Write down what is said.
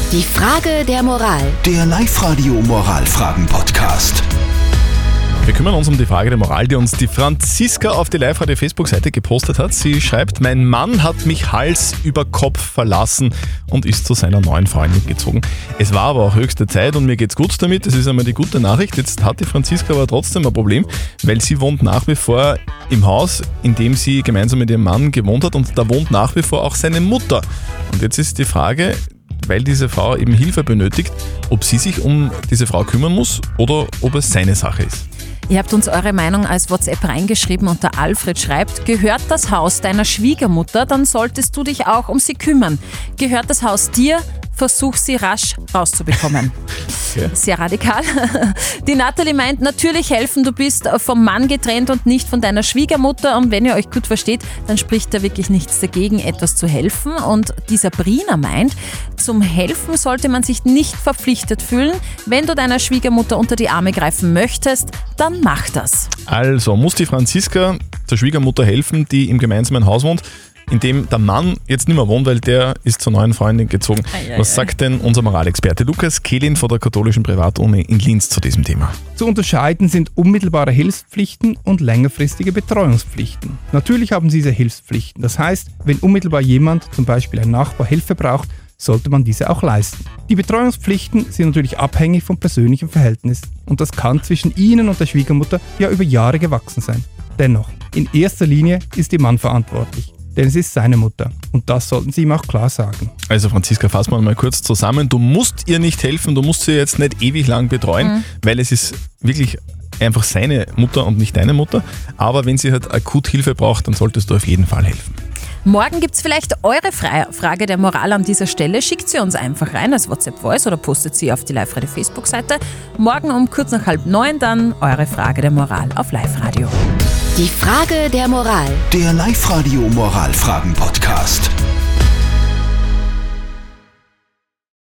Die Frage der Moral. Der Live-Radio-Moralfragen-Podcast. Wir kümmern uns um die Frage der Moral, die uns die Franziska auf die Live-Radio-Facebook-Seite gepostet hat. Sie schreibt, mein Mann hat mich Hals über Kopf verlassen und ist zu seiner neuen Freundin gezogen. Es war aber auch höchste Zeit und mir geht's gut damit. Das ist einmal die gute Nachricht. Jetzt hat die Franziska aber trotzdem ein Problem, weil sie wohnt nach wie vor im Haus, in dem sie gemeinsam mit ihrem Mann gewohnt hat, und da wohnt nach wie vor auch seine Mutter. Und jetzt ist die Frage, weil diese Frau eben Hilfe benötigt, ob sie sich um diese Frau kümmern muss oder ob es seine Sache ist. Ihr habt uns eure Meinung als WhatsApp reingeschrieben und der Alfred schreibt, gehört das Haus deiner Schwiegermutter, dann solltest du dich auch um sie kümmern. Gehört das Haus dir, versuch sie rasch rauszubekommen. Okay. Sehr radikal. Die Nathalie meint, natürlich helfen, du bist vom Mann getrennt und nicht von deiner Schwiegermutter, und wenn ihr euch gut versteht, dann spricht da wirklich nichts dagegen, etwas zu helfen. Und die Sabrina meint, zum Helfen sollte man sich nicht verpflichtet fühlen. Wenn du deiner Schwiegermutter unter die Arme greifen möchtest, dann mach das. Also muss die Franziska der Schwiegermutter helfen, die im gemeinsamen Haus wohnt, in dem der Mann jetzt nicht mehr wohnt, weil der ist zur neuen Freundin gezogen. Was sagt denn unser Moralexperte Lukas Kehlin von der katholischen Privatuni in Linz zu diesem Thema? Zu unterscheiden sind unmittelbare Hilfspflichten und längerfristige Betreuungspflichten. Natürlich haben Sie diese Hilfspflichten. Das heißt, wenn unmittelbar jemand, zum Beispiel ein Nachbar, Hilfe braucht, sollte man diese auch leisten. Die Betreuungspflichten sind natürlich abhängig vom persönlichen Verhältnis, und das kann zwischen Ihnen und der Schwiegermutter ja über Jahre gewachsen sein. Dennoch, in erster Linie ist Ihr Mann verantwortlich, denn es ist seine Mutter, und das sollten Sie ihm auch klar sagen. Also Franziska, fassen wir mal kurz zusammen. Du musst ihr nicht helfen, du musst sie jetzt nicht ewig lang betreuen, weil es ist wirklich einfach seine Mutter und nicht deine Mutter. Aber wenn sie halt akut Hilfe braucht, dann solltest du auf jeden Fall helfen. Morgen gibt es vielleicht eure Frage der Moral an dieser Stelle. Schickt sie uns einfach rein als WhatsApp-Voice oder postet sie auf die Live-Radio-Facebook-Seite. Morgen um kurz nach 8:30 dann eure Frage der Moral auf Live-Radio. Die Frage der Moral. Der Live-Radio-Moralfragen-Podcast.